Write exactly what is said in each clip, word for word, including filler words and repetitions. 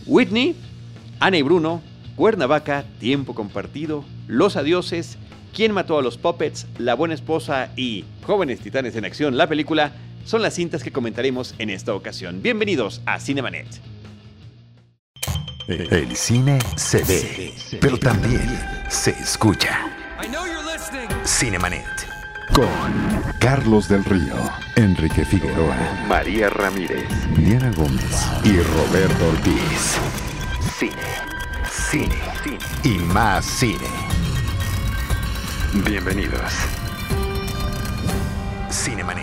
Whitney, Ana y Bruno, Cuernavaca, Tiempo Compartido, Los Adioses, Quién mató a los Puppets, La Buena Esposa y Jóvenes Titanes en Acción, la película, son las cintas que comentaremos en esta ocasión. Bienvenidos a Cinemanet. El cine se ve, pero también se escucha. Cinemanet. Con Carlos del Río, Enrique Figueroa, María Ramírez, Diana Gómez y Roberto Ortiz. Cine, cine, cine y más cine. Bienvenidos. Cinemanet.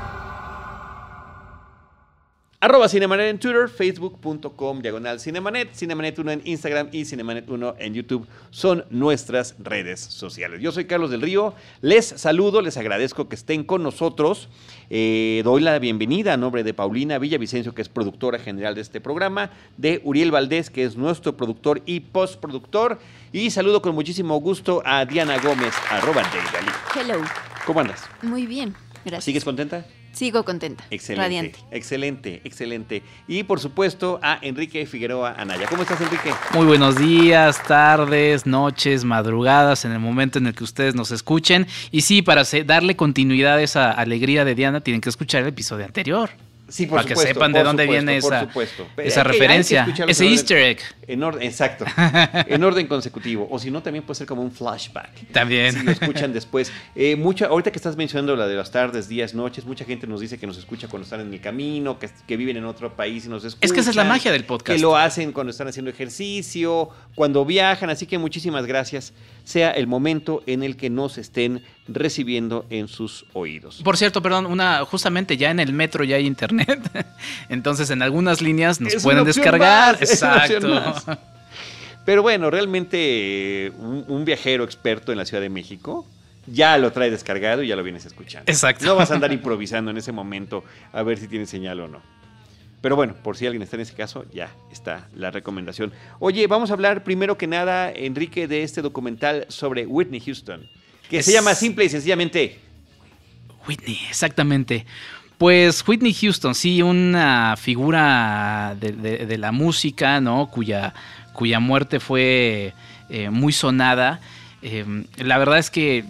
Arroba Cinemanet en Twitter, facebook.com diagonal Cinemanet, Cinemanet uno en Instagram y Cinemanet uno en YouTube son nuestras redes sociales. Yo soy Carlos del Río, les saludo, les agradezco que estén con nosotros. Eh, doy la bienvenida a nombre de Paulina Villavicencio, que es productora general de este programa, de Uriel Valdés, que es nuestro productor y postproductor, y saludo con muchísimo gusto a Diana Gómez, arroba Deidali. Hello. ¿Cómo andas? Muy bien, gracias. ¿Sigues contenta? Sigo contenta. Excelente, radiante. excelente, excelente. Y por supuesto a Enrique Figueroa Anaya. ¿Cómo estás, Enrique? Muy buenos días, tardes, noches, madrugadas, en el momento en el que ustedes nos escuchen. Y sí, para darle continuidad a esa alegría de Diana, tienen que escuchar el episodio anterior. Sí, por para supuesto, que sepan de dónde supuesto, viene esa, esa hay que, referencia, hay que ese en easter egg. En orden, exacto, en orden consecutivo. O si no, también puede ser como un flashback. También. Si lo escuchan después. Eh, mucha, ahorita que estás mencionando la de las tardes, días, noches, mucha gente nos dice que nos escucha cuando están en el camino, que, que viven en otro país y nos escuchan. Es que esa es la magia del podcast. Que lo hacen cuando están haciendo ejercicio, cuando viajan. Así que muchísimas gracias. Sea el momento en el que nos estén recibiendo en sus oídos. Por cierto, perdón, una justamente ya en el metro ya hay internet. Entonces en algunas líneas nos es pueden descargar. Más, exacto. Pero bueno, realmente un, un viajero experto en la Ciudad de México ya lo trae descargado y ya lo vienes escuchando. Exacto. No vas a andar improvisando en ese momento a ver si tiene señal o no. Pero bueno, por si alguien está en ese caso, ya está la recomendación. Oye, vamos a hablar primero que nada, Enrique, de este documental sobre Whitney Houston, que es... se llama simple y sencillamente Whitney, exactamente. Pues Whitney Houston, sí, una figura de, de, de la música, ¿no? Cuya, cuya muerte fue eh, muy sonada. Eh, la verdad es que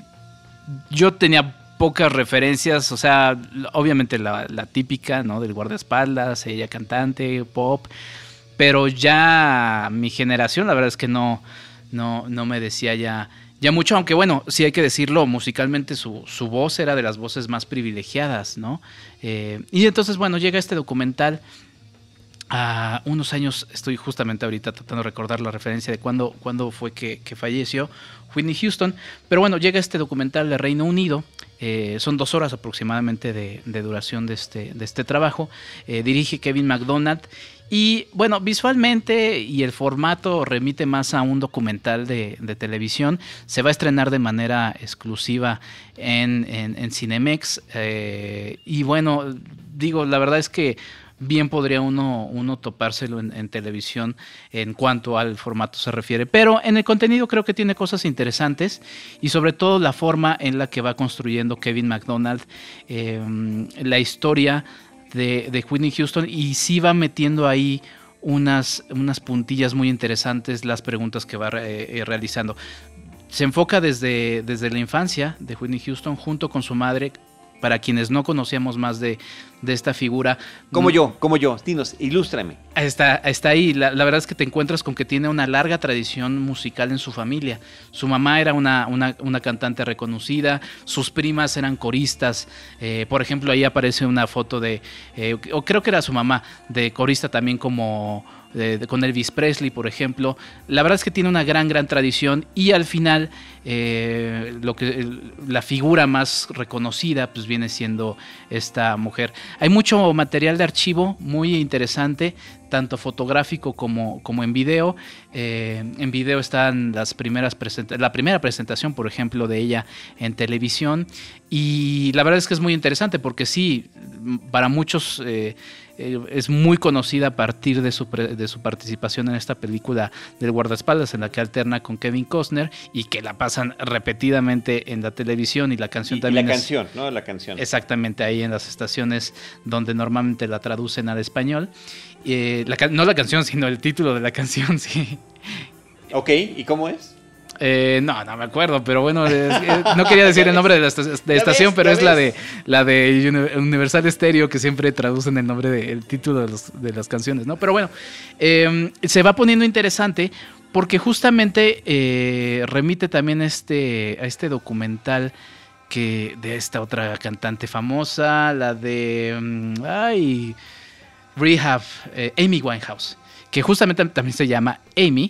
yo tenía pocas referencias, o sea, obviamente la, la típica, ¿no? Del guardaespaldas, ella cantante, pop, pero ya mi generación, la verdad es que no, no, no me decía ya, ya mucho, aunque bueno, sí hay que decirlo, musicalmente su, su voz era de las voces más privilegiadas, ¿no? Eh, y entonces, bueno, llega este documental. A uh, unos años, estoy justamente ahorita tratando de recordar la referencia de cuándo, cuándo fue que, que falleció Whitney Houston, pero bueno, llega este documental de Reino Unido, eh, son dos horas aproximadamente de, de duración de este, de este trabajo, eh, dirige Kevin MacDonald y bueno, visualmente y el formato remite más a un documental de, de televisión, se va a estrenar de manera exclusiva en, en, en Cinemex eh, y bueno, digo, la verdad es que bien podría uno, uno topárselo en, en televisión en cuanto al formato se refiere. Pero en el contenido creo que tiene cosas interesantes y sobre todo la forma en la que va construyendo Kevin MacDonald eh, la historia de, de Whitney Houston y sí va metiendo ahí unas, unas puntillas muy interesantes, las preguntas que va eh, realizando. Se enfoca desde, desde la infancia de Whitney Houston junto con su madre. Para quienes no conocíamos más de, de esta figura. Como yo, como yo. Dinos, ilústrame. Está, está ahí. La, la verdad es que te encuentras con que tiene una larga tradición musical en su familia. Su mamá era una, una, una cantante reconocida. Sus primas eran coristas. Eh, por ejemplo, ahí aparece una foto de, eh, o creo que era su mamá, de corista también como... De, de, con Elvis Presley, por ejemplo. La verdad es que tiene una gran, gran tradición y al final eh, lo que, el, la figura más reconocida pues viene siendo esta mujer. Hay mucho material de archivo muy interesante, tanto fotográfico como, como en video. Eh, en video están las primeras presenta- la primera presentación, por ejemplo, de ella en televisión y la verdad es que es muy interesante porque sí, para muchos... Eh, eh, es muy conocida a partir de su, pre, de su participación en esta película del guardaespaldas, en la que alterna con Kevin Costner y que la pasan repetidamente en la televisión, y la canción y, también y la es, canción, ¿no? La canción. Exactamente, ahí en las estaciones donde normalmente la traducen al español. Eh, la, no la canción, sino el título de la canción, sí. Ok, ¿y cómo es? Eh, no, no me acuerdo, pero bueno, es, eh, no quería decir el nombre de la esta- de estación, ves, pero es ves. la de la de Universal Stereo, que siempre traducen el nombre del de, título de, los, de las canciones, ¿no? Pero bueno, eh, se va poniendo interesante porque justamente eh, remite también este, a este documental que de esta otra cantante famosa, la de um, ay, Rehab, eh, Amy Winehouse, que justamente también se llama Amy.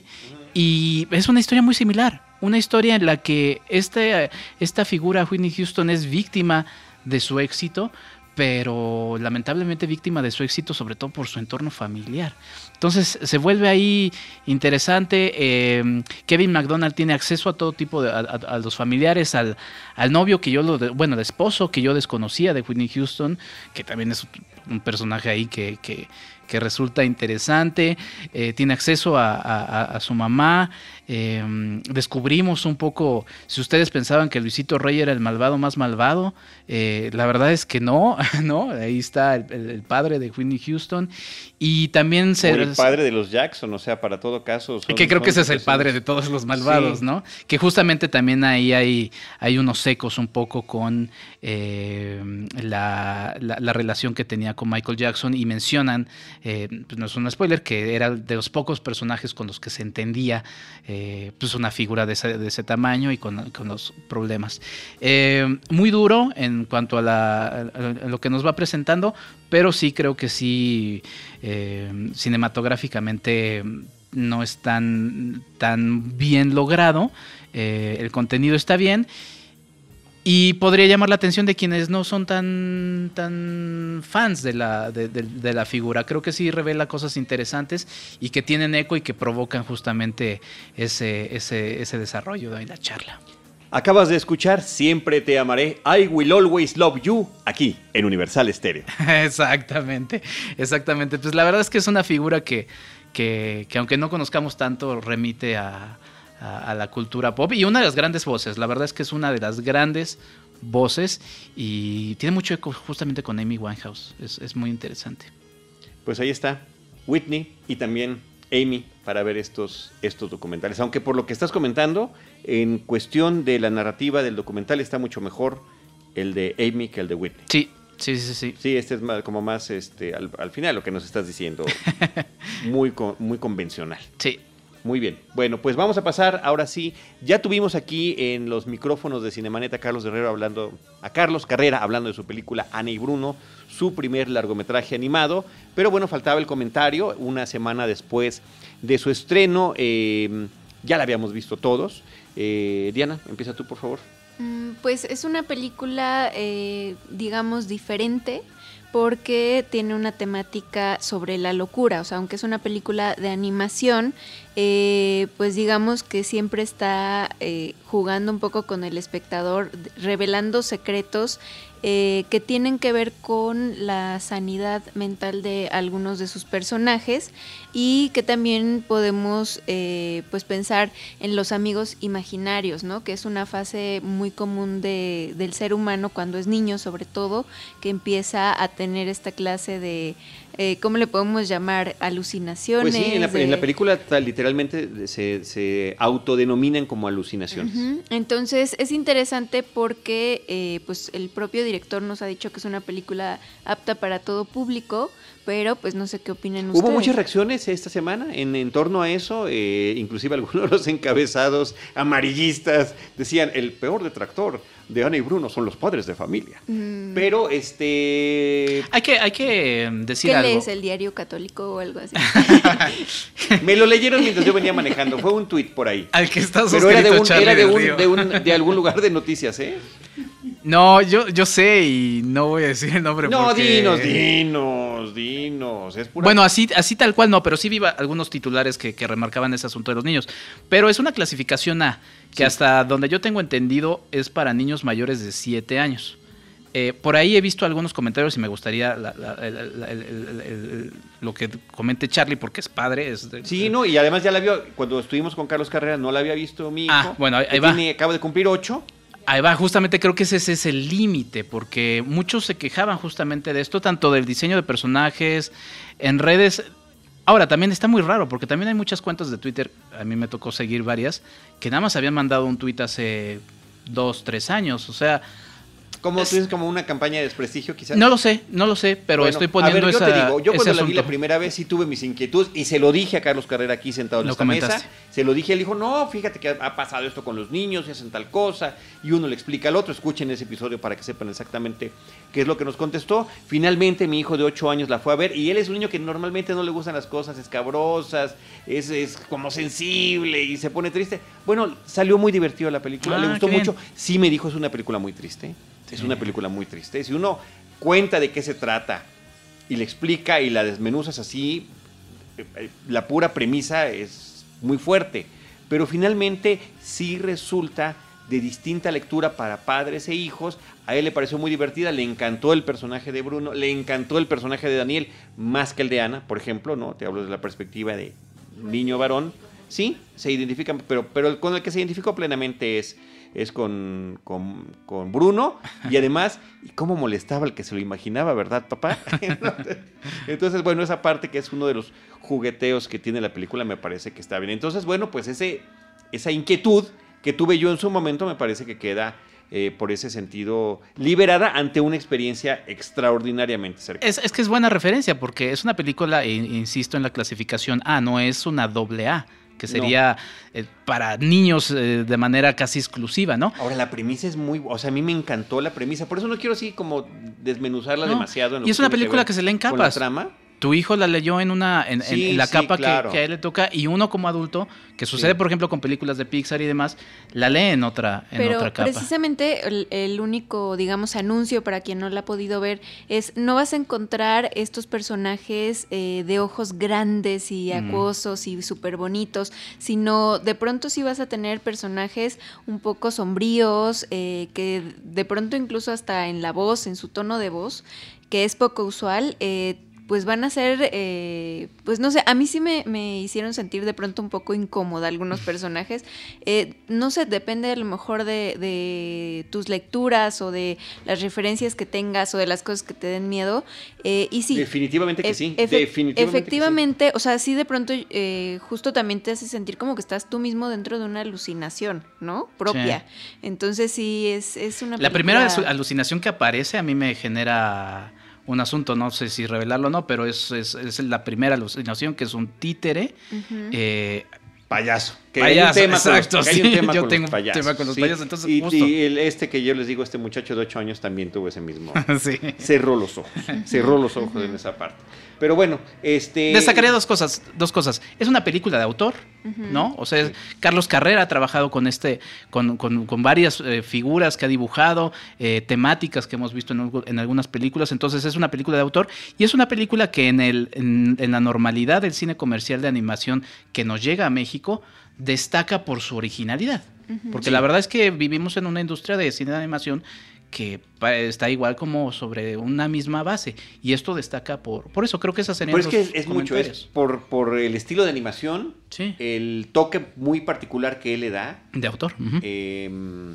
Y es una historia muy similar, una historia en la que este, esta figura, Whitney Houston, es víctima de su éxito, pero lamentablemente víctima de su éxito sobre todo por su entorno familiar. Entonces se vuelve ahí interesante. eh, Kevin McDonald tiene acceso a todo tipo de, a, a, a los familiares, al, al novio que yo, lo de, bueno, el esposo que yo desconocía de Whitney Houston, que también es un personaje ahí que... que que resulta interesante, eh, tiene acceso a, a, a su mamá, eh, descubrimos un poco, si ustedes pensaban que Luisito Rey era el malvado más malvado, eh, la verdad es que no, no, ahí está el, el, el padre de Whitney Houston, y también se... O el padre de los Jackson, o sea, para todo caso... Son, que creo que ese es el padre de todos los malvados, sí. ¿no? Que justamente también ahí hay, hay unos ecos un poco con eh, la, la, la relación que tenía con Michael Jackson, y mencionan, eh, pues no es un spoiler, que era de los pocos personajes con los que se entendía eh, pues una figura de ese, de ese tamaño y con, con los problemas. Eh, muy duro en cuanto a, la, a lo que nos va presentando, pero sí creo que sí, eh, cinematográficamente no es tan, tan bien logrado, eh, el contenido está bien, y podría llamar la atención de quienes no son tan, tan fans de la, de, de, de la figura. Creo que sí revela cosas interesantes y que tienen eco y que provocan justamente ese, ese, ese desarrollo de la charla. Acabas de escuchar Siempre te amaré, I Will Always Love You, aquí en Universal Stereo. Exactamente, exactamente. Pues la verdad es que es una figura que, que, que aunque no conozcamos tanto, remite a, a, a la cultura pop, y una de las grandes voces. La verdad es que es una de las grandes voces y tiene mucho eco justamente con Amy Winehouse. Es, es muy interesante. Pues ahí está, Whitney y también Amy, para ver estos, estos documentales. Aunque por lo que estás comentando, en cuestión de la narrativa del documental está mucho mejor el de Amy que el de Whitney. Sí, sí, sí, sí. Sí, este es más, como más este, al, al final lo que nos estás diciendo, muy, muy convencional. Sí. Muy bien. Bueno, pues vamos a pasar ahora sí. Ya tuvimos aquí en los micrófonos de Cinemanet a Carlos Herrero hablando, a Carlos Carrera hablando de su película Ana y Bruno, su primer largometraje animado. Pero bueno, faltaba el comentario. Una semana después de su estreno, eh, ya la habíamos visto todos. Eh, Diana, empieza tú, por favor. Pues es una película, eh, digamos, diferente, porque tiene una temática sobre la locura. O sea, aunque es una película de animación, eh, pues digamos que siempre está eh, jugando un poco con el espectador, revelando secretos eh, que tienen que ver con la sanidad mental de algunos de sus personajes, y que también podemos eh, pues pensar en los amigos imaginarios, ¿no? Que es una fase muy común de, del ser humano cuando es niño, sobre todo, que empieza a tener esta clase de, eh, ¿cómo le podemos llamar? Alucinaciones. Pues sí, en la, de... en la película tal, literalmente se, se autodenominan como alucinaciones. Uh-huh. Entonces es interesante porque eh, pues el propio director nos ha dicho que es una película apta para todo público, pero pues no sé qué opinan ustedes. Hubo muchas reacciones esta semana en, en torno a eso, eh, inclusive algunos de los encabezados amarillistas decían: el peor detractor de Ana y Bruno son los padres de familia. Mm. Pero este... Hay que, hay que decir ¿Qué algo. lees, el Diario Católico o algo así? Me lo leyeron mientras yo venía manejando, fue un tuit por ahí. Al que está Pero era de, un, Charlie era de, un, Río. de, un, de algún lugar de noticias, ¿eh? No, yo, yo sé y no voy a decir el nombre. No, porque... dinos, dinos, dinos. Es pura... Bueno, así, así tal cual no, pero sí vi algunos titulares que, que remarcaban ese asunto de los niños. Pero es una clasificación A, que sí, hasta donde yo tengo entendido es para niños mayores de siete años. Eh, por ahí he visto algunos comentarios y me gustaría la, la, el, el, el, el, el, lo que comente Charlie, porque es padre. Es de, sí, no, y además ya la vio, cuando estuvimos con Carlos Carrera, no la había visto mi hijo. Ah, bueno, ahí, ahí va. Tiene, acaba de cumplir ocho. Ahí va, justamente creo que ese, ese es el límite, porque muchos se quejaban justamente de esto, tanto del diseño de personajes, en redes. Ahora, también está muy raro, porque también hay muchas cuentas de Twitter, a mí me tocó seguir varias, que nada más habían mandado un tuit hace dos, tres años, o sea... ¿Cómo es, tú dices, como una campaña de desprestigio quizás? No lo sé, no lo sé, pero bueno, estoy poniendo a ver, yo esa, te digo, yo cuando la vi asunto. la primera vez sí tuve mis inquietudes y se lo dije a Carlos Carrera aquí sentado en Lo esta comentaste. mesa. Se lo dije, él dijo, no, fíjate que ha pasado esto con los niños y hacen tal cosa. Y uno le explica al otro, escuchen ese episodio para que sepan exactamente qué es lo que nos contestó. Finalmente mi hijo de ocho años la fue a ver y él es un niño que normalmente no le gustan las cosas escabrosas, es, es como sensible y se pone triste. Bueno, salió muy divertido la película, Ah, le gustó qué mucho. bien. Sí me dijo, es una película muy triste. Es una película muy triste. Si uno cuenta de qué se trata y le explica y la desmenuzas así, la pura premisa es muy fuerte. Pero finalmente sí resulta de distinta lectura para padres e hijos. A él le pareció muy divertida, le encantó el personaje de Bruno, le encantó el personaje de Daniel, más que el de Ana, por ejemplo, ¿no? Te hablo de la perspectiva de niño varón. Sí, se identifican, pero, pero el, con el que se identificó plenamente es... es con, con, con Bruno, y además, y cómo molestaba el que se lo imaginaba, ¿verdad, papá? Entonces, bueno, esa parte que es uno de los jugueteos que tiene la película me parece que está bien. Entonces, bueno, pues ese, esa inquietud que tuve yo en su momento me parece que queda eh, por ese sentido liberada ante una experiencia extraordinariamente cercana. Es, es que es buena referencia porque es una película, e, insisto en la clasificación A, no es una doble A, que sería no. eh, para niños eh, de manera casi exclusiva, ¿no? Ahora, la premisa es muy... O sea, a mí me encantó la premisa, por eso no quiero así como desmenuzarla no. demasiado. En lo y es una que película que, que se lee en capas. Con la trama. Tu hijo la leyó en una en, sí, en, en la sí, capa claro. que, que a él le toca, y uno como adulto, que sucede sí. por ejemplo con películas de Pixar y demás, la lee en otra, en Pero otra capa. Precisamente el, el único, digamos, anuncio para quien no la ha podido ver es: no vas a encontrar estos personajes eh, de ojos grandes y acuosos mm. y súper bonitos, sino de pronto sí vas a tener personajes un poco sombríos, eh, que de pronto incluso hasta en la voz, en su tono de voz, que es poco usual, eh, pues van a ser, eh, pues no sé, a mí sí me, me hicieron sentir de pronto un poco incómoda algunos personajes. Eh, no sé, depende a lo mejor de, de tus lecturas o de las referencias que tengas o de las cosas que te den miedo. Eh, y sí. Definitivamente que e- sí. efe- Definitivamente efectivamente, que sí. O sea, sí de pronto eh, justo también te hace sentir como que estás tú mismo dentro de una alucinación, ¿no? Propia. Sí. Entonces sí, es, es una película... La primera alucinación que aparece a mí me genera... un asunto, no sé si revelarlo o no, pero es, es, es la primera alucinación, que es un títere. Uh-huh. eh, payaso. Que payaso, hay un tema exacto. Con los, sí, hay un tema yo con tengo los payasos, un tema con los sí. payasos. Entonces, y, justo. y el, este que yo les digo, este muchacho de ocho años también tuvo ese mismo. sí. Cerró los ojos. Cerró los ojos en esa parte. Pero bueno, este... Destacaría dos cosas, dos cosas. Es una película de autor, uh-huh. ¿no? O sea, sí. Carlos Carrera ha trabajado con este, con, con, con varias eh, figuras que ha dibujado, eh, temáticas que hemos visto en, en algunas películas. Entonces es una película de autor y es una película que en, el, en, en la normalidad del cine comercial de animación que nos llega a México destaca por su originalidad. Uh-huh. Porque sí. la verdad es que vivimos en una industria de cine de animación que está igual como sobre una misma base, y esto destaca por por eso creo que esas serían los Pero es que es mucho, es por, por el estilo de animación, sí. el toque muy particular que él le da, de autor, uh-huh. eh,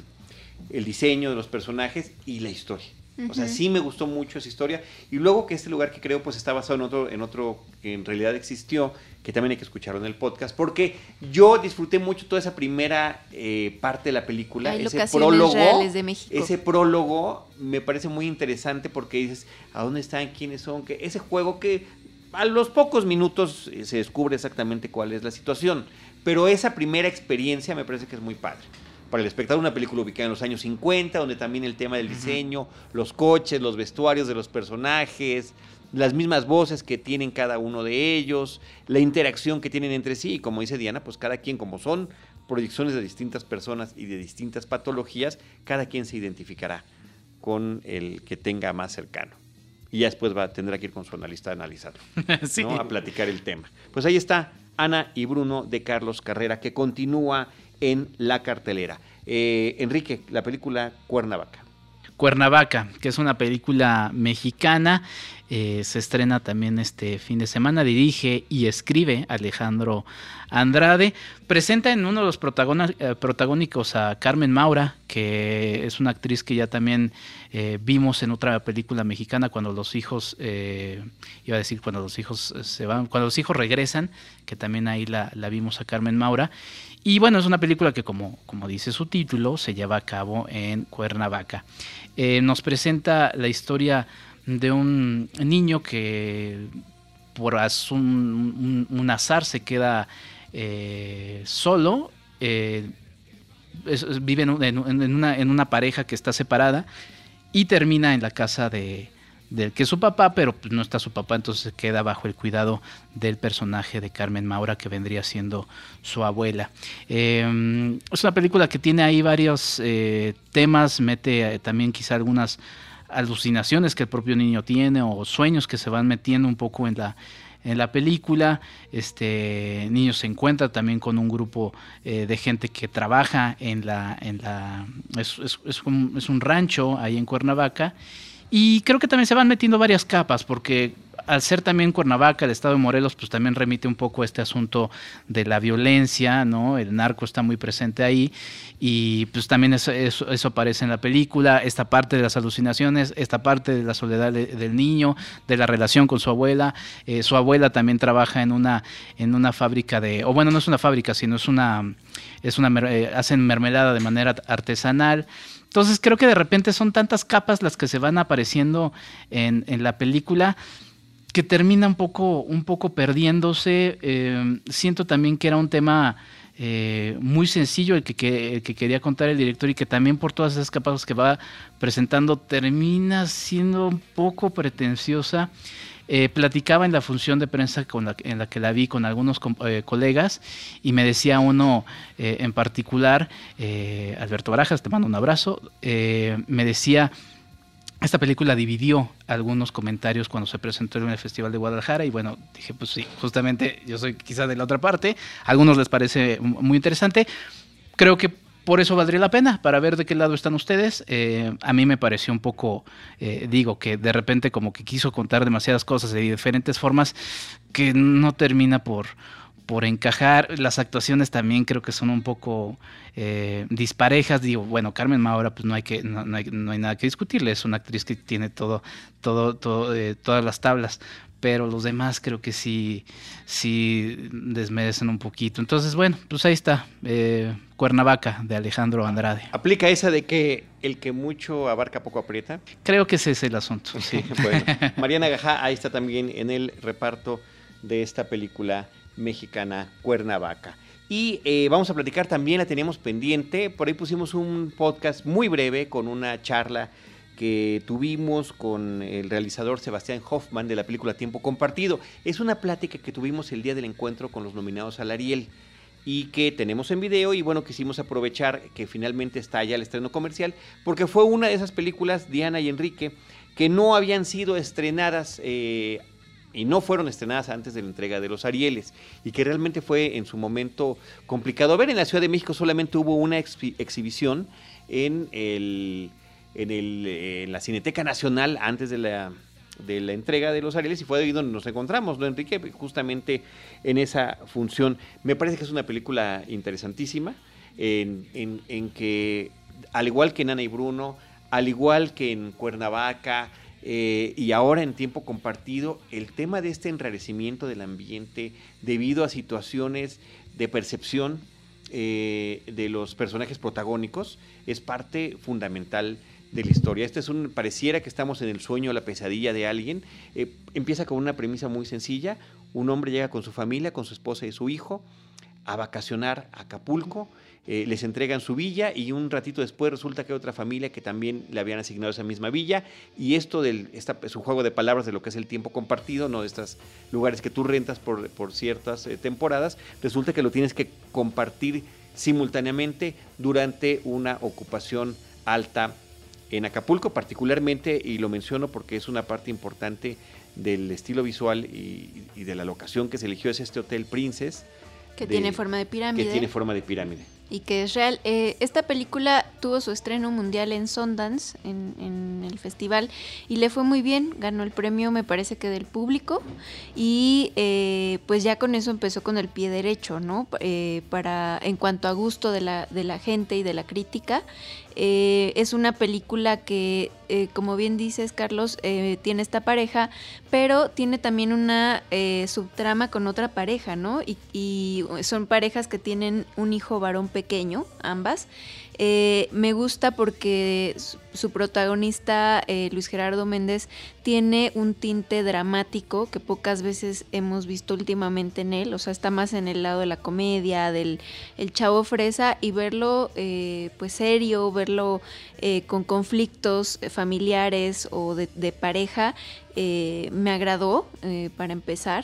el diseño de los personajes y la historia. Uh-huh. O sea, sí me gustó mucho esa historia, y luego que este lugar que creo pues está basado en otro, en otro que en realidad existió, que también hay que escucharlo en el podcast, porque yo disfruté mucho toda esa primera eh, parte de la película, Hay ese prólogo, reales de México. ese prólogo me parece muy interesante porque dices, ¿a dónde están? ¿Quiénes son? Que ese juego que a los pocos minutos se descubre exactamente cuál es la situación, pero esa primera experiencia me parece que es muy padre. Para el espectador, una película ubicada en los años cincuenta, donde también el tema del diseño, uh-huh. los coches, los vestuarios de los personajes, las mismas voces que tienen cada uno de ellos, la interacción que tienen entre sí, y como dice Diana, pues cada quien, como son proyecciones de distintas personas y de distintas patologías, cada quien se identificará con el que tenga más cercano. Y ya después va a tendrá que ir con su analista a analizarlo, sí. ¿no? A platicar el tema. Pues ahí está Ana y Bruno de Carlos Carrera, que continúa en la cartelera. Eh, Enrique, la película Cuernavaca. Cuernavaca, que es una película mexicana. Eh, se estrena también este fin de semana. Dirige y escribe Alejandro Andrade. Presenta en uno de los protagón- eh, protagónicos a Carmen Maura, que es una actriz que ya también eh, vimos en otra película mexicana, cuando los hijos, eh, iba a decir cuando los hijos se van, cuando los hijos regresan, que también ahí la, la vimos a Carmen Maura. Y bueno, es una película que, como, como dice su título, se lleva a cabo en Cuernavaca. Eh, nos presenta la historia de un niño que por un, un, un azar se queda eh, solo, eh, es, es, vive en, en, en, una, en una pareja que está separada y termina en la casa de, del que es su papá, pero pues no está su papá, entonces se queda bajo el cuidado del personaje de Carmen Maura, que vendría siendo su abuela. Eh, es una película que tiene ahí varios eh, temas, mete eh, también quizá algunas alucinaciones que el propio niño tiene o sueños que se van metiendo un poco en la en la película. Este niño se encuentra también con un grupo eh, de gente que trabaja en la en la es, es, es, un, es un rancho ahí en Cuernavaca, y creo que también se van metiendo varias capas, porque al ser también Cuernavaca, el estado de Morelos, pues también remite un poco a este asunto de la violencia, ¿no? El narco está muy presente ahí, y pues también eso, eso, eso aparece en la película, esta parte de las alucinaciones, esta parte de la soledad de, del niño, de la relación con su abuela. Eh, su abuela también trabaja en una, en una fábrica de, o bueno, no es una fábrica, sino es una, es una eh, hacen mermelada de manera artesanal. Entonces creo que de repente son tantas capas las que se van apareciendo en, en la película, que termina un poco, un poco perdiéndose. Eh, siento también que era un tema eh, muy sencillo el que, que, el que quería contar el director, y que también por todas esas capas que va presentando termina siendo un poco pretenciosa. Eh, platicaba en la función de prensa con la, en la que la vi con algunos eh, colegas, y me decía uno eh, en particular, eh, Alberto Barajas, te mando un abrazo, eh, me decía: esta película dividió algunos comentarios cuando se presentó en el Festival de Guadalajara, y bueno, dije, pues sí, justamente yo soy quizá de la otra parte, a algunos les parece muy interesante, creo que por eso valdría la pena, para ver de qué lado están ustedes. Eh, a mí me pareció un poco, eh, digo, que de repente como que quiso contar demasiadas cosas de diferentes formas, que no termina por... por encajar. Las actuaciones también creo que son un poco eh, disparejas. Digo, bueno, Carmen Maura, pues no hay que no, no, hay, no hay nada que discutirle, es una actriz que tiene todo todo, todo eh, todas las tablas, pero los demás creo que sí sí desmerecen un poquito. Entonces, bueno, pues ahí está, eh, Cuernavaca, de Alejandro Andrade. ¿Aplica esa de que el que mucho abarca poco aprieta? Creo que ese es el asunto, sí. Bueno, Mariana Gajá, ahí está también en el reparto de esta película mexicana, Cuernavaca. Y eh, vamos a platicar también, la teníamos pendiente, por ahí pusimos un podcast muy breve con una charla que tuvimos con el realizador Sebastián Hoffman de la película Tiempo Compartido. Es una plática que tuvimos el día del encuentro con los nominados al Ariel y que tenemos en video, y bueno, quisimos aprovechar que finalmente está ya el estreno comercial, porque fue una de esas películas, Diana y Enrique, que no habían sido estrenadas eh, y no fueron estrenadas antes de la entrega de los Arieles, y que realmente fue en su momento complicado ver. En la Ciudad de México solamente hubo una ex exhibición en, el, en, el, en la Cineteca Nacional antes de la, de la entrega de los Arieles, y fue ahí donde nos encontramos, ¿no, Enrique? Justamente en esa función. Me parece que es una película interesantísima, en, en, en que, al igual que en Ana y Bruno, al igual que en Cuernavaca, Eh, y ahora en Tiempo Compartido, el tema de este enrarecimiento del ambiente debido a situaciones de percepción eh, de los personajes protagónicos es parte fundamental de la historia. Este es un, pareciera que estamos en el sueño o la pesadilla de alguien. Eh, empieza con una premisa muy sencilla: un hombre llega con su familia, con su esposa y su hijo, a vacacionar a Acapulco. Eh, les entregan su villa, y un ratito después resulta que hay otra familia que también le habían asignado esa misma villa, y esto del, esta, es un juego de palabras de lo que es el tiempo compartido, ¿no? De estos lugares que tú rentas por, por ciertas eh, temporadas, resulta que lo tienes que compartir simultáneamente durante una ocupación alta en Acapulco, particularmente, y lo menciono porque es una parte importante del estilo visual y, y de la locación que se eligió, es este Hotel Princess, que de, tiene forma de pirámide. Que tiene forma de pirámide. y que es real. Eh, esta película tuvo su estreno mundial en Sundance, en, en el festival, y le fue muy bien, ganó el premio, me parece que del público, y eh, pues ya con eso empezó con el pie derecho, ¿no? Eh, para, en cuanto a gusto de la, de la gente y de la crítica. Eh, es una película que, eh, como bien dices, Carlos, eh, tiene esta pareja, pero tiene también una eh, subtrama con otra pareja, ¿no? Y, y son parejas que tienen un hijo varón pequeño, ambas. Eh, me gusta porque su, su protagonista, eh, Luis Gerardo Méndez, tiene un tinte dramático que pocas veces hemos visto últimamente en él, o sea, está más en el lado de la comedia, del el chavo fresa, y verlo eh, pues serio, verlo eh, con conflictos familiares o de, de pareja, eh, me agradó, eh, para empezar.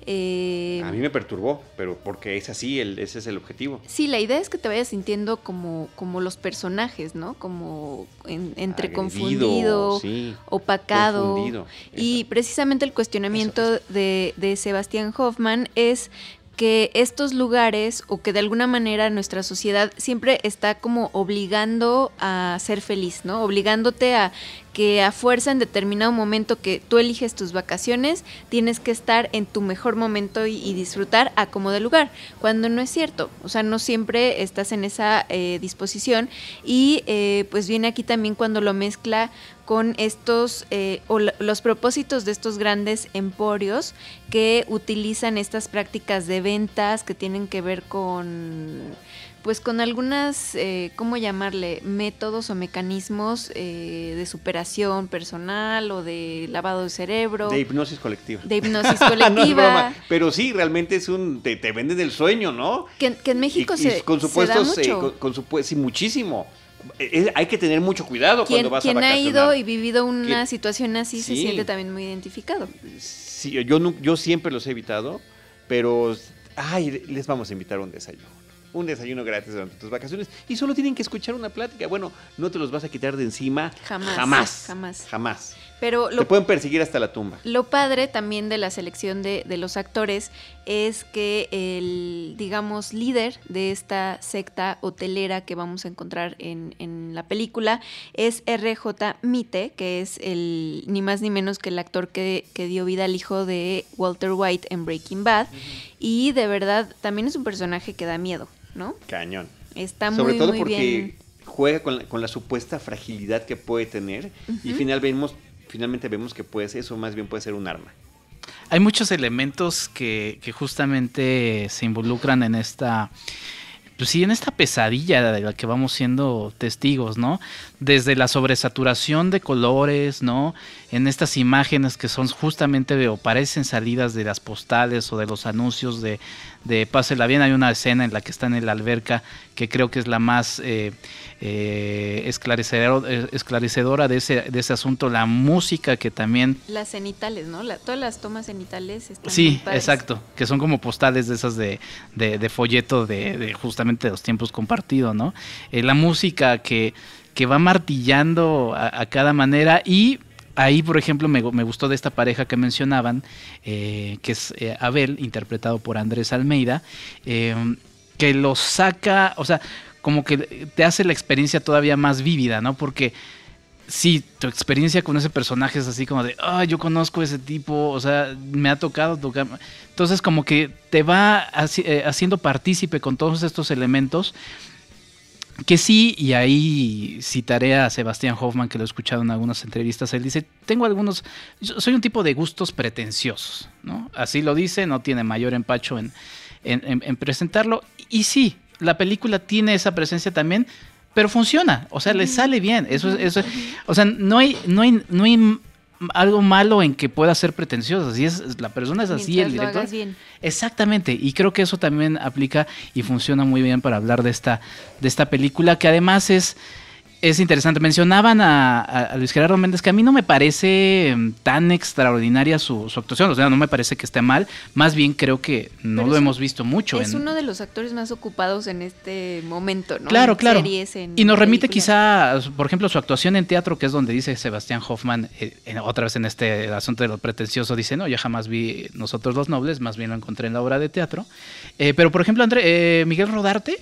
Eh, a mí me perturbó, pero porque es así, el, ese es el objetivo. Sí, la idea es que te vayas sintiendo como, como los personajes, ¿no? Como en, entre Agredido, confundido, sí, opacado. Confundido. Y precisamente el cuestionamiento eso, eso. De, de Sebastián Hoffman es que estos lugares, o que de alguna manera nuestra sociedad siempre está como obligando a ser feliz, ¿no? Obligándote a que a fuerza en determinado momento que tú eliges tus vacaciones, tienes que estar en tu mejor momento y, y disfrutar a como de lugar, cuando no es cierto, o sea, no siempre estás en esa eh, disposición, y eh, pues viene aquí también cuando lo mezcla con estos, eh, o la, los propósitos de estos grandes emporios que utilizan estas prácticas de ventas que tienen que ver con... pues con algunas, eh, ¿cómo llamarle? Métodos o mecanismos eh, de superación personal o de lavado de cerebro. De hipnosis colectiva. De hipnosis colectiva. No es broma, pero sí, realmente es un, te, te venden el sueño, ¿no? Que, que en México y, se, y con supuestos, se da mucho. Eh, con, con supu- sí, muchísimo. Es, hay que tener mucho cuidado cuando vas a vacacionar. Quien ha ido y vivido una ¿Quién? situación así Sí. se siente también muy identificado. Sí, yo, no, yo siempre los he evitado, pero, ay, les vamos a invitar a un desayuno. Un desayuno gratis durante tus vacaciones y solo tienen que escuchar una plática. Bueno, no te los vas a quitar de encima. Jamás. Jamás. Jamás. Jamás. Pero lo, te pueden perseguir hasta la tumba. Lo padre también de la selección de, de los actores es que el, digamos, líder de esta secta hotelera que vamos a encontrar en, en la película es R J Mitte, que es el ni más ni menos que el actor que, que dio vida al hijo de Walter White en Breaking Bad. Uh-huh. Y de verdad también es un personaje que da miedo, ¿no? Cañón. Está Sobre muy, todo muy porque bien. Juega con la, con la supuesta fragilidad que puede tener. Uh-huh. Y final vemos, finalmente vemos que puede ser, eso más bien puede ser un arma. Hay muchos elementos que, que justamente se involucran en esta... Pues sí, en esta pesadilla de la que vamos siendo testigos, ¿no? Desde la sobresaturación de colores, ¿no? En estas imágenes que son justamente o parecen salidas de las postales o de los anuncios de, de Pásela Bien. Hay una escena en la que está en la alberca que creo que es la más eh, eh, esclarecedor, eh, esclarecedora de ese, de ese asunto. La música que también... Las cenitales, ¿no? La, todas las tomas cenitales están Sí, exacto, que son como postales de esas de, de, de folleto de, de justamente de los tiempos compartidos, ¿no? Eh, la música que, que va martillando a, a cada manera. Y ahí, por ejemplo, me, me gustó de esta pareja que mencionaban, eh, que es eh, Abel, interpretado por Andrés Almeida, eh, que lo saca, o sea, como que te hace la experiencia todavía más vívida, ¿no? Porque sí, tu experiencia con ese personaje es así como de, ah, oh, yo conozco a ese tipo, o sea, me ha tocado tocar. Entonces, como que te va haci- eh, haciendo partícipe con todos estos elementos. Que sí, y ahí citaré a Sebastián Hoffman, que lo he escuchado en algunas entrevistas. Él dice, tengo algunos, soy un tipo de gustos pretenciosos, ¿no? Así lo dice, no tiene mayor empacho en, en, en, en presentarlo. Y sí, la película tiene esa presencia también, pero funciona, o sea, le sale bien. Eso, eso, o sea, no hay, no hay, no hay algo malo en que pueda ser pretencioso. Si es, la persona es así, mientras el director. Lo hagas bien. Exactamente, y creo que eso también aplica y funciona muy bien para hablar de esta, de esta película, que además es, es interesante. Mencionaban a, a Luis Gerardo Méndez, que a mí no me parece tan extraordinaria su, su actuación, o sea, no me parece que esté mal, más bien creo que no Pero lo es, hemos visto mucho. Es en, uno de los actores más ocupados en este momento, ¿no? Claro, en claro. Series, en y nos remite películas. quizá, por ejemplo, su actuación en teatro, que es donde dice Sebastián Hoffman, eh, en, otra vez en este asunto de lo pretencioso, dice, no, yo jamás vi Nosotros los Nobles, más bien lo encontré en la obra de teatro. Eh, pero, por ejemplo, André, eh, Miguel Rodarte,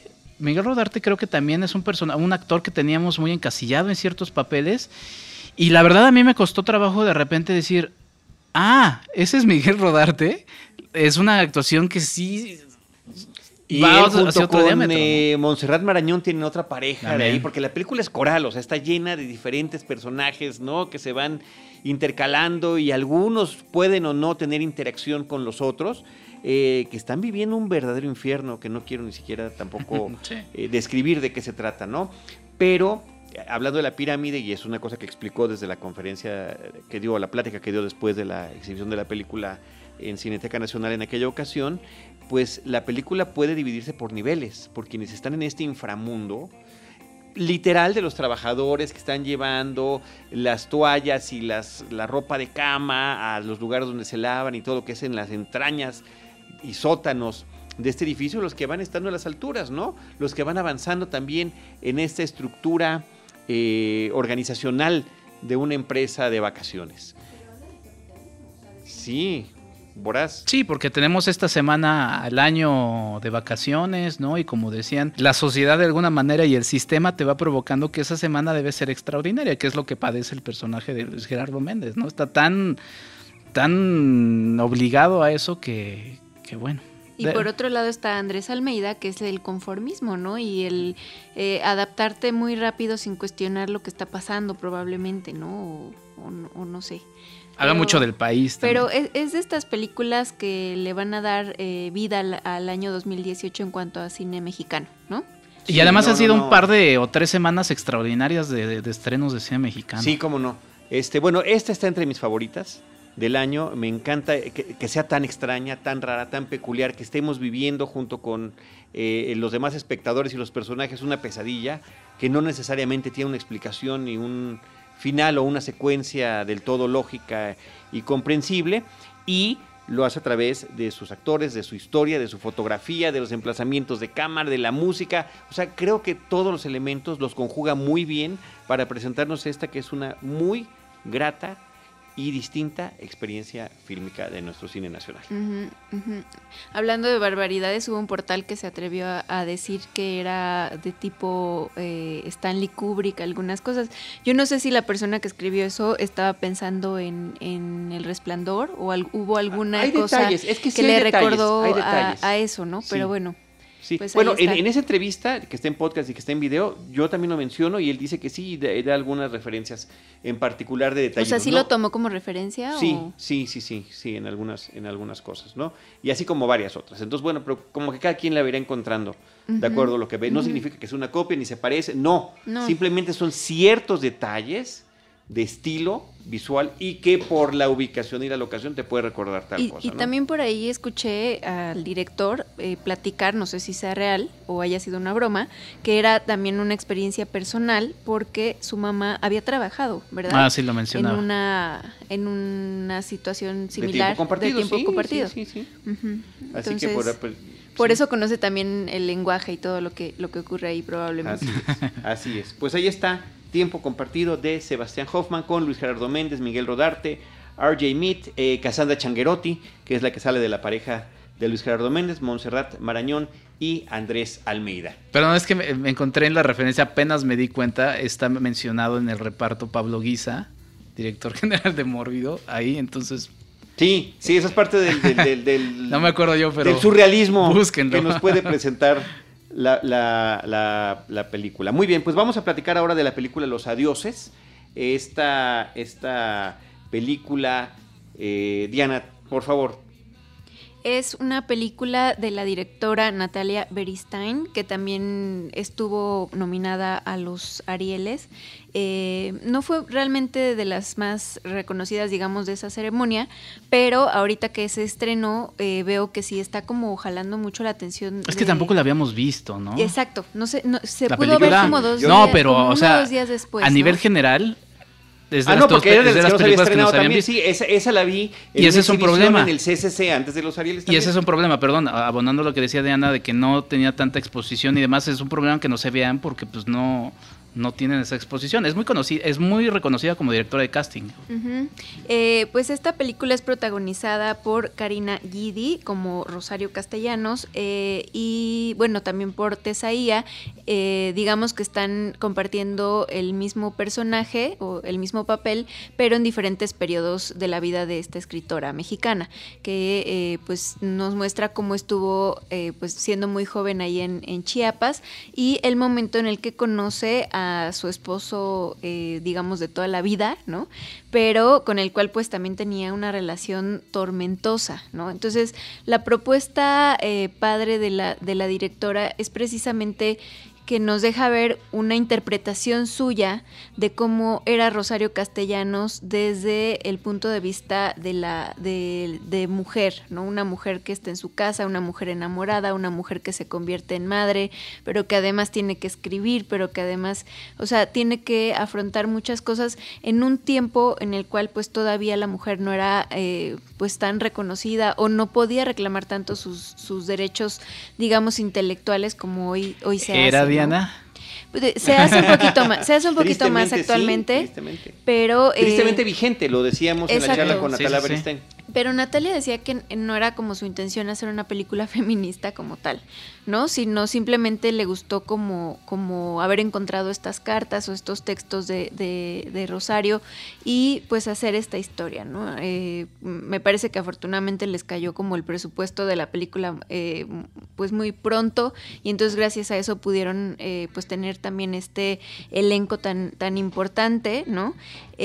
Miguel Rodarte creo que también es un persona, un actor que teníamos muy encasillado en ciertos papeles y la verdad a mí me costó trabajo de repente decir, ah, ese es Miguel Rodarte, es una actuación que sí... Y va él junto hacia otro con diámetro, eh, ¿no? Montserrat Marañón tienen otra pareja También. de ahí, porque la película es coral, o sea, está llena de diferentes personajes, ¿no? Que se van intercalando y algunos pueden o no tener interacción con los otros, eh, que están viviendo un verdadero infierno, que no quiero ni siquiera tampoco sí. eh, describir de qué se trata, ¿no? Pero, hablando de la pirámide, y es una cosa que explicó desde la conferencia que dio, la plática que dio después de la exhibición de la película en Cineteca Nacional en aquella ocasión, pues la película puede dividirse por niveles, por quienes están en este inframundo literal de los trabajadores que están llevando las toallas y las, la ropa de cama a los lugares donde se lavan y todo lo que es en las entrañas y sótanos de este edificio, los que van estando a las alturas, ¿no? Los que van avanzando también en esta estructura eh, organizacional de una empresa de vacaciones. Sí, voraz. Sí, porque tenemos esta semana al año de vacaciones, ¿no? Y como decían, la sociedad de alguna manera y el sistema te va provocando que esa semana debe ser extraordinaria, que es lo que padece el personaje de Luis Gerardo Méndez, ¿no? Está tan, tan obligado a eso que, que bueno. Y por otro lado está Andrés Almeida, que es el conformismo, ¿no? Y el eh, adaptarte muy rápido sin cuestionar lo que está pasando probablemente, ¿no? O, o, o no sé. Habla mucho del país también. Pero es, es de estas películas que le van a dar eh, vida al, al año dos mil dieciocho en cuanto a cine mexicano, ¿no? Y sí, además no, han sido no, no. un par de o tres semanas extraordinarias de, de, de estrenos de cine mexicano. Sí, cómo no. Este, bueno, esta está entre mis favoritas del año. Me encanta que, que sea tan extraña, tan rara, tan peculiar, que estemos viviendo junto con eh, los demás espectadores y los personajes una pesadilla que no necesariamente tiene una explicación ni un final o una secuencia del todo lógica y comprensible, y lo hace a través de sus actores, de su historia, de su fotografía, de los emplazamientos de cámara, de la música. O sea, creo que todos los elementos los conjuga muy bien para presentarnos esta que es una muy grata y distinta experiencia fílmica de nuestro cine nacional. Uh-huh, uh-huh. Hablando de barbaridades, hubo un portal que se atrevió a, a decir que era de tipo eh, Stanley Kubrick, algunas cosas. Yo no sé si la persona que escribió eso estaba pensando en, en El Resplandor o al, hubo alguna hay cosa detalles, es que, sí que le detalles, recordó a, a eso, ¿no? Pero sí. bueno. Sí. Pues bueno, en, en esa entrevista, que está en podcast y que está en video, yo también lo menciono y él dice que sí, da, da algunas referencias en particular de detalles. O sea, ¿sí ¿no? lo tomó como referencia? Sí, o? sí, sí, sí, sí, en algunas, en algunas cosas, ¿no? Y así como varias otras. Entonces, bueno, pero como que cada quien la verá encontrando, uh-huh. de acuerdo a lo que ve. No uh-huh. significa que sea una copia ni se parece, no. no. Simplemente son ciertos detalles de estilo visual y que por la ubicación y la locación te puede recordar tal y, cosa. Y ¿no? también por ahí escuché al director eh, platicar, no sé si sea real o haya sido una broma, que era también una experiencia personal porque su mamá había trabajado, ¿verdad? Ah, sí, lo mencionaba. En una, en una situación similar. De tiempo compartido. De tiempo sí, compartido. Sí, sí, sí. Uh-huh. Así Entonces, que por, pues, por sí. eso conoce también el lenguaje y todo lo que, lo que ocurre ahí probablemente. Así es, así es. Pues ahí está. Tiempo compartido de Sebastián Hoffman con Luis Gerardo Méndez, Miguel Rodarte, R J Mead, eh, Cassandra Changuerotti, que es la que sale de la pareja de Luis Gerardo Méndez, Montserrat Marañón y Andrés Almeida. Perdón, es que me, me encontré en la referencia, apenas me di cuenta, está mencionado en el reparto Pablo Guisa, director general de Mórbido, ahí, entonces... Sí, sí, eso es parte del... del, del, del no me acuerdo yo, pero... Del surrealismo búsquenlo. Que nos puede presentar... La, la, la, la película. Muy bien, pues vamos a platicar ahora de la película Los Adioses. Esta, esta película, eh, Diana, por favor. Es una película de la directora Natalia Beristain, que también estuvo nominada a los Arieles. Eh, no fue realmente de las más reconocidas, digamos, de esa ceremonia, pero ahorita que se estrenó, eh, veo que sí está como jalando mucho la atención. Es de... que tampoco la habíamos visto, ¿no? Exacto, no sé, no, se la pudo película... ver como dos días, no, pero, como o sea, dos días después, a ¿no? nivel general... Desde ah, las no, porque dos, era de las las que películas que nos habían visto. Sí, esa, esa la vi en y ese es un problema en el C C C antes de los Arieles también. Y ese es un problema, perdón, abonando lo que decía Diana de que no tenía tanta exposición y demás, es un problema que no se vean porque pues no, no tienen esa exposición. Es muy conocida, es muy reconocida como directora de casting. Uh-huh. Eh, pues esta película es protagonizada por Karina Guidi como Rosario Castellanos eh, y y bueno, también por Tesaía, eh, digamos que están compartiendo el mismo personaje o el mismo papel, pero en diferentes periodos de la vida de esta escritora mexicana, que eh, pues nos muestra cómo estuvo eh, pues siendo muy joven ahí en, en Chiapas y el momento en el que conoce a su esposo, eh, digamos, de toda la vida, ¿no? Pero con el cual pues también tenía una relación tormentosa, ¿no? Entonces, la propuesta eh, padre de la, de la directora es precisamente que nos deja ver una interpretación suya de cómo era Rosario Castellanos desde el punto de vista de la de, de mujer, ¿no? Una mujer que está en su casa, una mujer enamorada, una mujer que se convierte en madre, pero que además tiene que escribir, pero que además, o sea, tiene que afrontar muchas cosas en un tiempo en el cual pues todavía la mujer no era eh, pues tan reconocida o no podía reclamar tanto sus, sus derechos, digamos, intelectuales como hoy, hoy se hace. Era Diana. Se hace un poquito más, se hace un poquito más actualmente, sí, tristemente. pero eh, tristemente vigente, lo decíamos exacto. en la charla con Natalia sí, sí, Beristain. Sí. Pero Natalia decía que no era como su intención hacer una película feminista como tal, ¿no? Sino simplemente le gustó como, como haber encontrado estas cartas o estos textos de, de, de Rosario y pues hacer esta historia, ¿no? Eh, me parece que afortunadamente les cayó como el presupuesto de la película eh, pues muy pronto y entonces gracias a eso pudieron eh, pues tener también este elenco tan, tan importante, ¿no?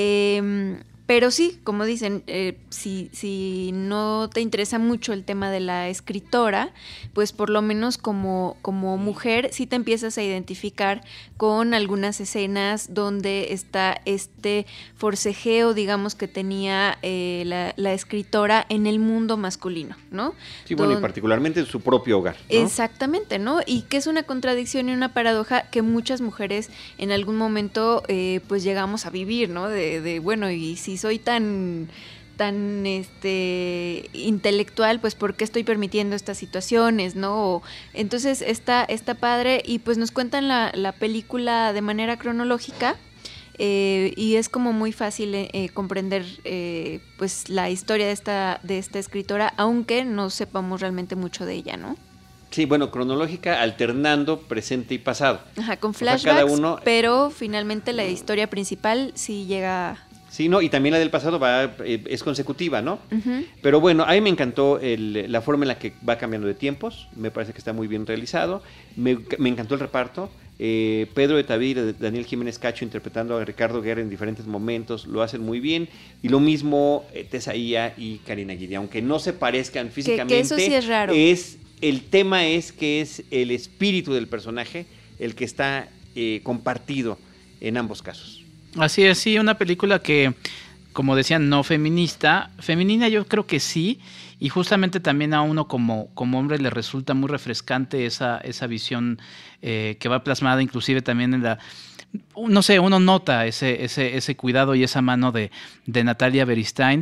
Eh, Pero sí, como dicen, eh, si, si no te interesa mucho el tema de la escritora, pues por lo menos como, como mujer sí te empiezas a identificar con algunas escenas donde está este forcejeo, digamos, que tenía eh, la, la escritora en el mundo masculino, ¿no? Sí, bueno, Don... y particularmente en su propio hogar, ¿no? Exactamente, ¿no? Y que es una contradicción y una paradoja que muchas mujeres en algún momento eh, pues llegamos a vivir, ¿no? De, de bueno, y si soy tan tan este intelectual, pues ¿por qué estoy permitiendo estas situaciones, no? O, entonces está, está padre y pues nos cuentan la, la película de manera cronológica eh, y es como muy fácil eh, comprender eh, pues la historia de esta, de esta escritora, aunque no sepamos realmente mucho de ella, ¿no? Sí, bueno, cronológica, alternando presente y pasado. Ajá, con flashbacks, o sea, cada uno... pero finalmente la historia principal sí llega... Sí, no, y también la del pasado va eh, es consecutiva, ¿no? Uh-huh. Pero bueno, a mí me encantó el, la forma en la que va cambiando de tiempos, me parece que está muy bien realizado, me, me encantó el reparto, eh, Pedro de Tavira, Daniel Jiménez Cacho interpretando a Ricardo Guerra en diferentes momentos, lo hacen muy bien, y lo mismo eh, Tesaía y Karina Guidi, aunque no se parezcan físicamente, que, que eso sí es raro. Es, el tema es que es el espíritu del personaje el que está eh, compartido en ambos casos. Así es, sí, una película que, como decían, no feminista, femenina yo creo que sí, y justamente también a uno como, como hombre le resulta muy refrescante esa, esa visión eh, que va plasmada inclusive también en la... No sé, uno nota ese, ese, ese cuidado y esa mano de, de Natalia Beristain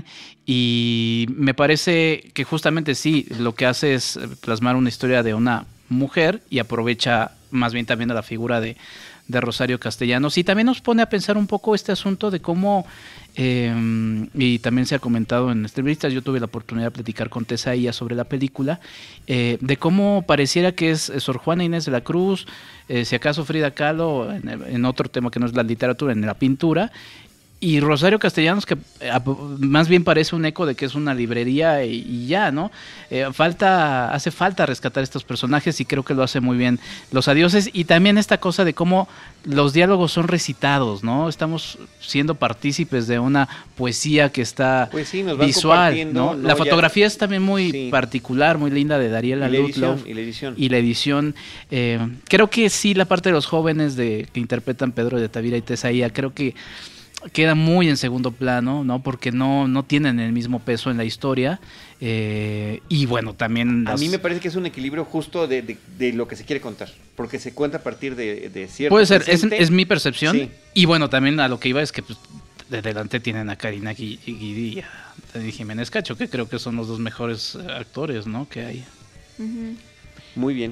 y me parece que justamente sí, lo que hace es plasmar una historia de una mujer y aprovecha más bien también a la figura de de Rosario Castellanos y también nos pone a pensar un poco este asunto de cómo eh, y también se ha comentado en entrevistas, yo tuve la oportunidad de platicar con Tesaía sobre la película, eh, de cómo pareciera que es Sor Juana Inés de la Cruz, eh, si acaso Frida Kahlo en, en otro tema que no es la literatura, en la pintura, y Rosario Castellanos, que más bien parece un eco de que es una librería y, y ya, ¿no? Eh, falta, hace falta rescatar estos personajes y creo que lo hace muy bien Los Adioses. Y también esta cosa de cómo los diálogos son recitados, ¿no? Estamos siendo partícipes de una poesía que está pues sí, nos van visual, ¿no? ¿no? La fotografía ya... es también muy sí. particular, muy linda de Dariela Lutloff. Y la edición. Y la edición. Eh, creo que sí, la parte de los jóvenes de que interpretan Pedro de Tavira y Tesaía, creo que queda muy en segundo plano, ¿no? Porque no, no tienen el mismo peso en la historia. Eh, y bueno, también... Las... A mí me parece que es un equilibrio justo de, de, de lo que se quiere contar. Porque se cuenta a partir de, de cierto... Puede ser, es, es mi percepción. Sí. Y bueno, también a lo que iba es que pues, de delante tienen a Karina Guidi y a Daniel Jiménez Cacho, que creo que son los dos mejores actores, ¿no? Que hay. Uh-huh. Muy bien.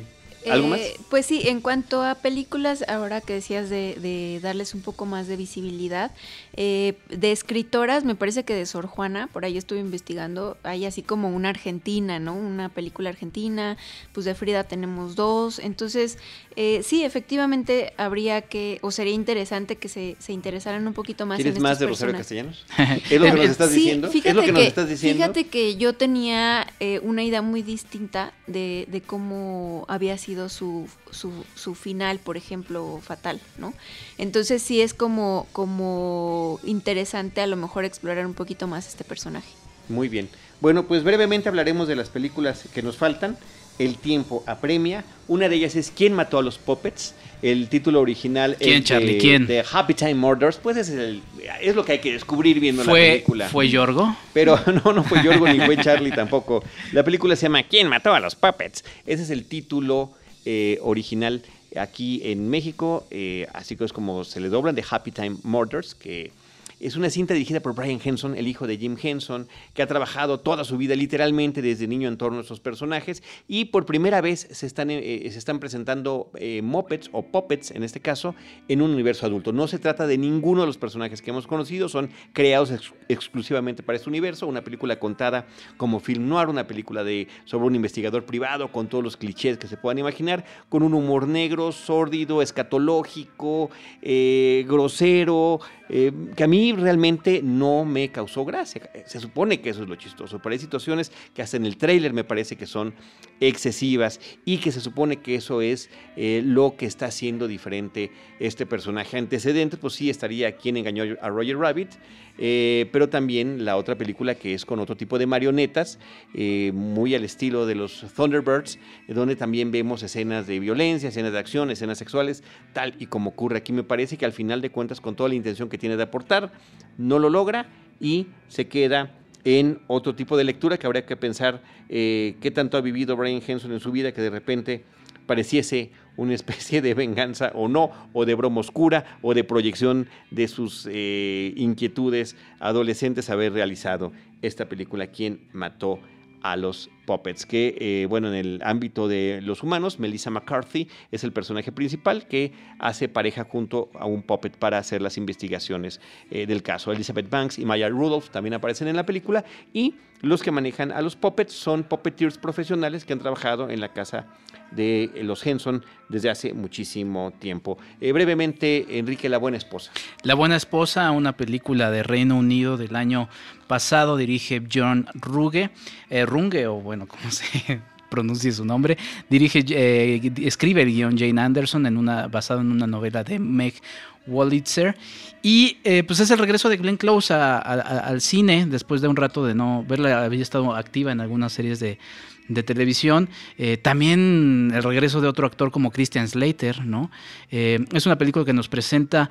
¿Algo eh, más? Pues sí, en cuanto a películas, ahora que decías de, de darles un poco más de visibilidad, eh, de escritoras, me parece que de Sor Juana, por ahí estuve investigando, hay así como una argentina, ¿no? Una película argentina, pues de Frida tenemos dos, entonces eh, sí, efectivamente habría que, o sería interesante que se, se interesaran un poquito más en ¿Quieres estas más de Rosario personas. Castellanos? ¿Es lo que nos estás Sí, diciendo? fíjate ¿Es lo que, que, nos estás diciendo? Fíjate que yo tenía eh, una idea muy distinta de, de cómo había sido su, su, su final, por ejemplo, fatal, ¿no? Entonces sí es como, como interesante a lo mejor explorar un poquito más este personaje. Muy bien. Bueno, pues brevemente hablaremos de las películas que nos faltan. El tiempo apremia. Una de ellas es ¿Quién mató a los Puppets? El título original ¿Quién, es Charlie? de, ¿Quién? de Happy Time Murders. Pues es, el, es lo que hay que descubrir viendo la ¿Fue, película. ¿Fue Yorgo? Pero no, no fue Yorgo ni fue Charlie tampoco. La película se llama ¿Quién mató a los Puppets? Ese es el título eh, original aquí en México. Eh, así que es como se le doblan, de Happy Time Murders, que es una cinta dirigida por Brian Henson, el hijo de Jim Henson, que ha trabajado toda su vida literalmente desde niño en torno a estos personajes, y por primera vez se están, eh, se están presentando eh, Muppets o Puppets, en este caso, en un universo adulto. No se trata de ninguno de los personajes que hemos conocido, son creados ex exclusivamente para este universo, una película contada como film noir, una película de, sobre un investigador privado con todos los clichés que se puedan imaginar, con un humor negro, sórdido, escatológico, eh, grosero, eh, que a mí realmente no me causó gracia. Se supone que eso es lo chistoso, pero hay situaciones que hasta en el tráiler me parece que son excesivas y que se supone que eso es eh, lo que está haciendo diferente este personaje. Antecedente, pues sí, estaría Quien engañó a Roger Rabbit, eh, pero también la otra película que es con otro tipo de marionetas, eh, muy al estilo de los Thunderbirds, eh, donde también vemos escenas de violencia, escenas de acción, escenas sexuales, tal y como ocurre aquí. Me parece que al final de cuentas, con toda la intención que tiene de aportar, no lo logra y se queda en otro tipo de lectura que habría que pensar eh, qué tanto ha vivido Brian Henson en su vida, que de repente pareciese una especie de venganza o no, o de broma oscura, o de proyección de sus eh, inquietudes adolescentes haber realizado esta película, ¿Quién mató a los Puppets? Que, eh, bueno, en el ámbito de los humanos, Melissa McCarthy es el personaje principal que hace pareja junto a un puppet para hacer las investigaciones eh, del caso. Elizabeth Banks y Maya Rudolph también aparecen en la película, y los que manejan a los puppets son puppeteers profesionales que han trabajado en la casa de los Henson desde hace muchísimo tiempo. Eh, brevemente, Enrique, La buena esposa. La buena esposa, una película de Reino Unido del año pasado, dirige John Runge, eh, Runge, o bueno, como se pronuncie su nombre, dirige, eh, escribe el guión Jane Anderson, en una, basado en una novela de Meg Wolitzer, y eh, pues es el regreso de Glenn Close a, a, a, al cine, después de un rato de no verla. Había estado activa en algunas series de de televisión, eh, también el regreso de otro actor como Christian Slater, ¿no? Eh, es una película que nos presenta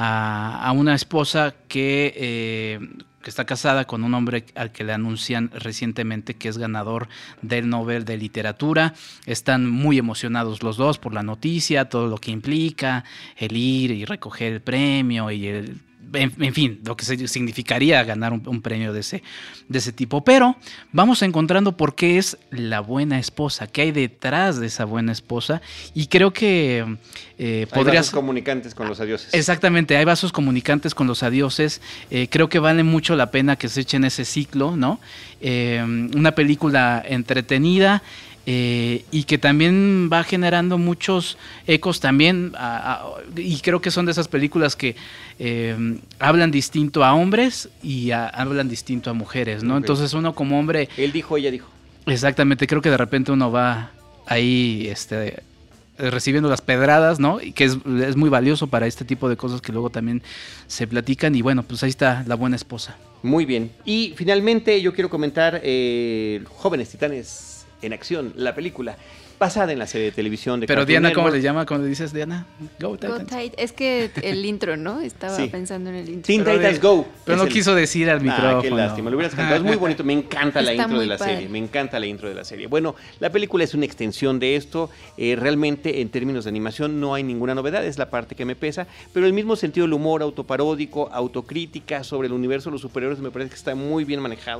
a, a una esposa que, eh, que está casada con un hombre al que le anuncian recientemente que es ganador del Nobel de Literatura. Están muy emocionados los dos por la noticia, todo lo que implica el ir y recoger el premio y el En, en fin, lo que significaría ganar un, un premio de ese, de ese tipo. Pero vamos encontrando por qué es la buena esposa, qué hay detrás de esa buena esposa. Y creo que eh, podrías... Hay vasos comunicantes con los adioses. Exactamente, hay vasos comunicantes con los adioses. Eh, creo que vale mucho la pena que se echen ese ciclo, ¿no? Eh, una película entretenida, Eh, y que también va generando muchos ecos también, a, a, y creo que son de esas películas que eh, hablan distinto a hombres y a, hablan distinto a mujeres, ¿no? Okay. Entonces uno como hombre... Él dijo, ella dijo. Exactamente, creo que de repente uno va ahí este, recibiendo las pedradas, ¿no? Y que es, es muy valioso para este tipo de cosas que luego también se platican, y bueno, pues ahí está La buena esposa. Muy bien. Y finalmente yo quiero comentar eh, Jóvenes Titanes en Acción, la película basada en la serie de televisión de Pero Cartoon Diana, Network. ¿cómo le llama? ¿Cómo le dices, Diana? Go Titans. Go Titans. Es que el intro, ¿no? Estaba sí. pensando en el intro. Teen Titans Go. Pero no el... quiso decir al micrófono. Ah, qué lástima, lo hubieras cantado. Es muy bonito, me encanta la Está intro de la padre. serie, me encanta la intro de la serie. Bueno, la película es una extensión de esto, eh, realmente en términos de animación no hay ninguna novedad, es la parte que me pesa, pero el mismo sentido del humor autoparódico, autocrítica sobre el universo de los superhéroes me parece que está muy bien manejado.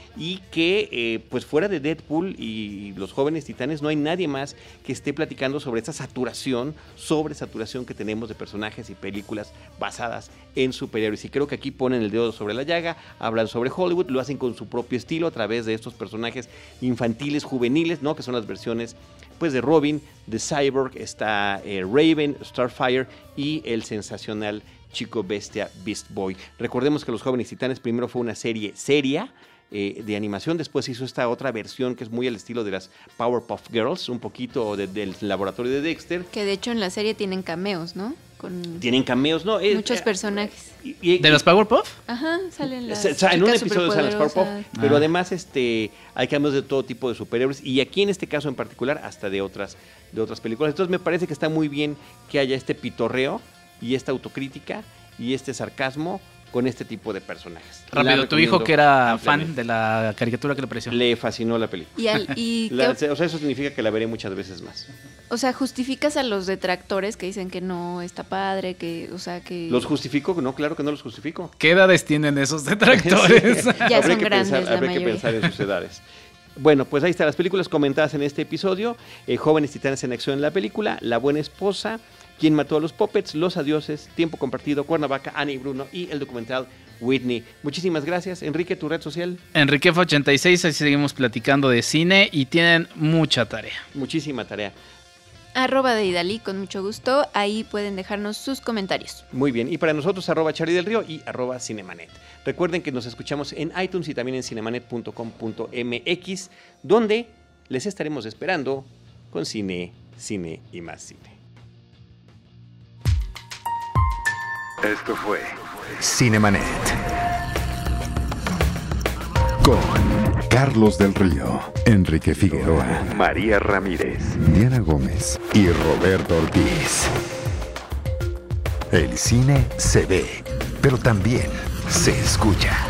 y que eh, pues fuera de Deadpool y los Jóvenes Titanes no hay nadie más que esté platicando sobre esta saturación, sobre saturación que tenemos de personajes y películas basadas en superhéroes. Y creo que aquí ponen el dedo sobre la llaga, hablan sobre Hollywood, lo hacen con su propio estilo a través de estos personajes infantiles, juveniles, ¿no? Que son las versiones pues de Robin, de Cyborg, está eh, Raven, Starfire y el sensacional Chico Bestia Beast Boy. Recordemos que Los Jóvenes Titanes primero fue una serie seria eh, de animación, después hizo esta otra versión que es muy al estilo de las Powerpuff Girls, un poquito de, del laboratorio de Dexter. Que de hecho en la serie tienen cameos, ¿no? Con tienen cameos, ¿no? Muchos eh, personajes. Y, y, ¿De los Powerpuff? Ajá, salen las o sea, en un episodio salen las Powerpuff, pero ah. además este, hay cameos de todo tipo de superhéroes y aquí en este caso en particular hasta de otras, de otras películas. Entonces me parece que está muy bien que haya este pitorreo y esta autocrítica y este sarcasmo con este tipo de personajes. Rápido, tu hijo que era fan de la caricatura, ¿qué le pareció? Le fascinó la película. Y, al, y la, que, o sea, eso significa que la veré muchas veces más. O sea, justificas a los detractores que dicen que no está padre, que, o sea, que... ¿Los justifico? No, claro que no los justifico. ¿Qué edades tienen esos detractores? Sí. Ya son que grandes, pensar, la Habría mayoría. que pensar en sus edades. Bueno, pues ahí están las películas comentadas en este episodio. Eh, Jóvenes Titanes en acción en la película, La Buena Esposa, Quién mató a los Puppets, Los Adioses, Tiempo Compartido, Cuernavaca, Ana y Bruno y el documental Whitney. Muchísimas gracias. Enrique, ¿tu red social? Enriquef ochenta y seis, ahí seguimos platicando de cine y tienen mucha tarea. Muchísima tarea. Arroba de Idalí, con mucho gusto. Ahí pueden dejarnos sus comentarios. Muy bien. Y para nosotros, arroba Charlie del Río y arroba Cinemanet. Recuerden que nos escuchamos en iTunes y también en cinemanet punto com punto m x, donde les estaremos esperando con cine, cine y más cine. Esto fue Cinemanet con Carlos del Río, Enrique Figueroa, María Ramírez, Diana Gómez y Roberto Ortiz. El cine se ve, pero también se escucha.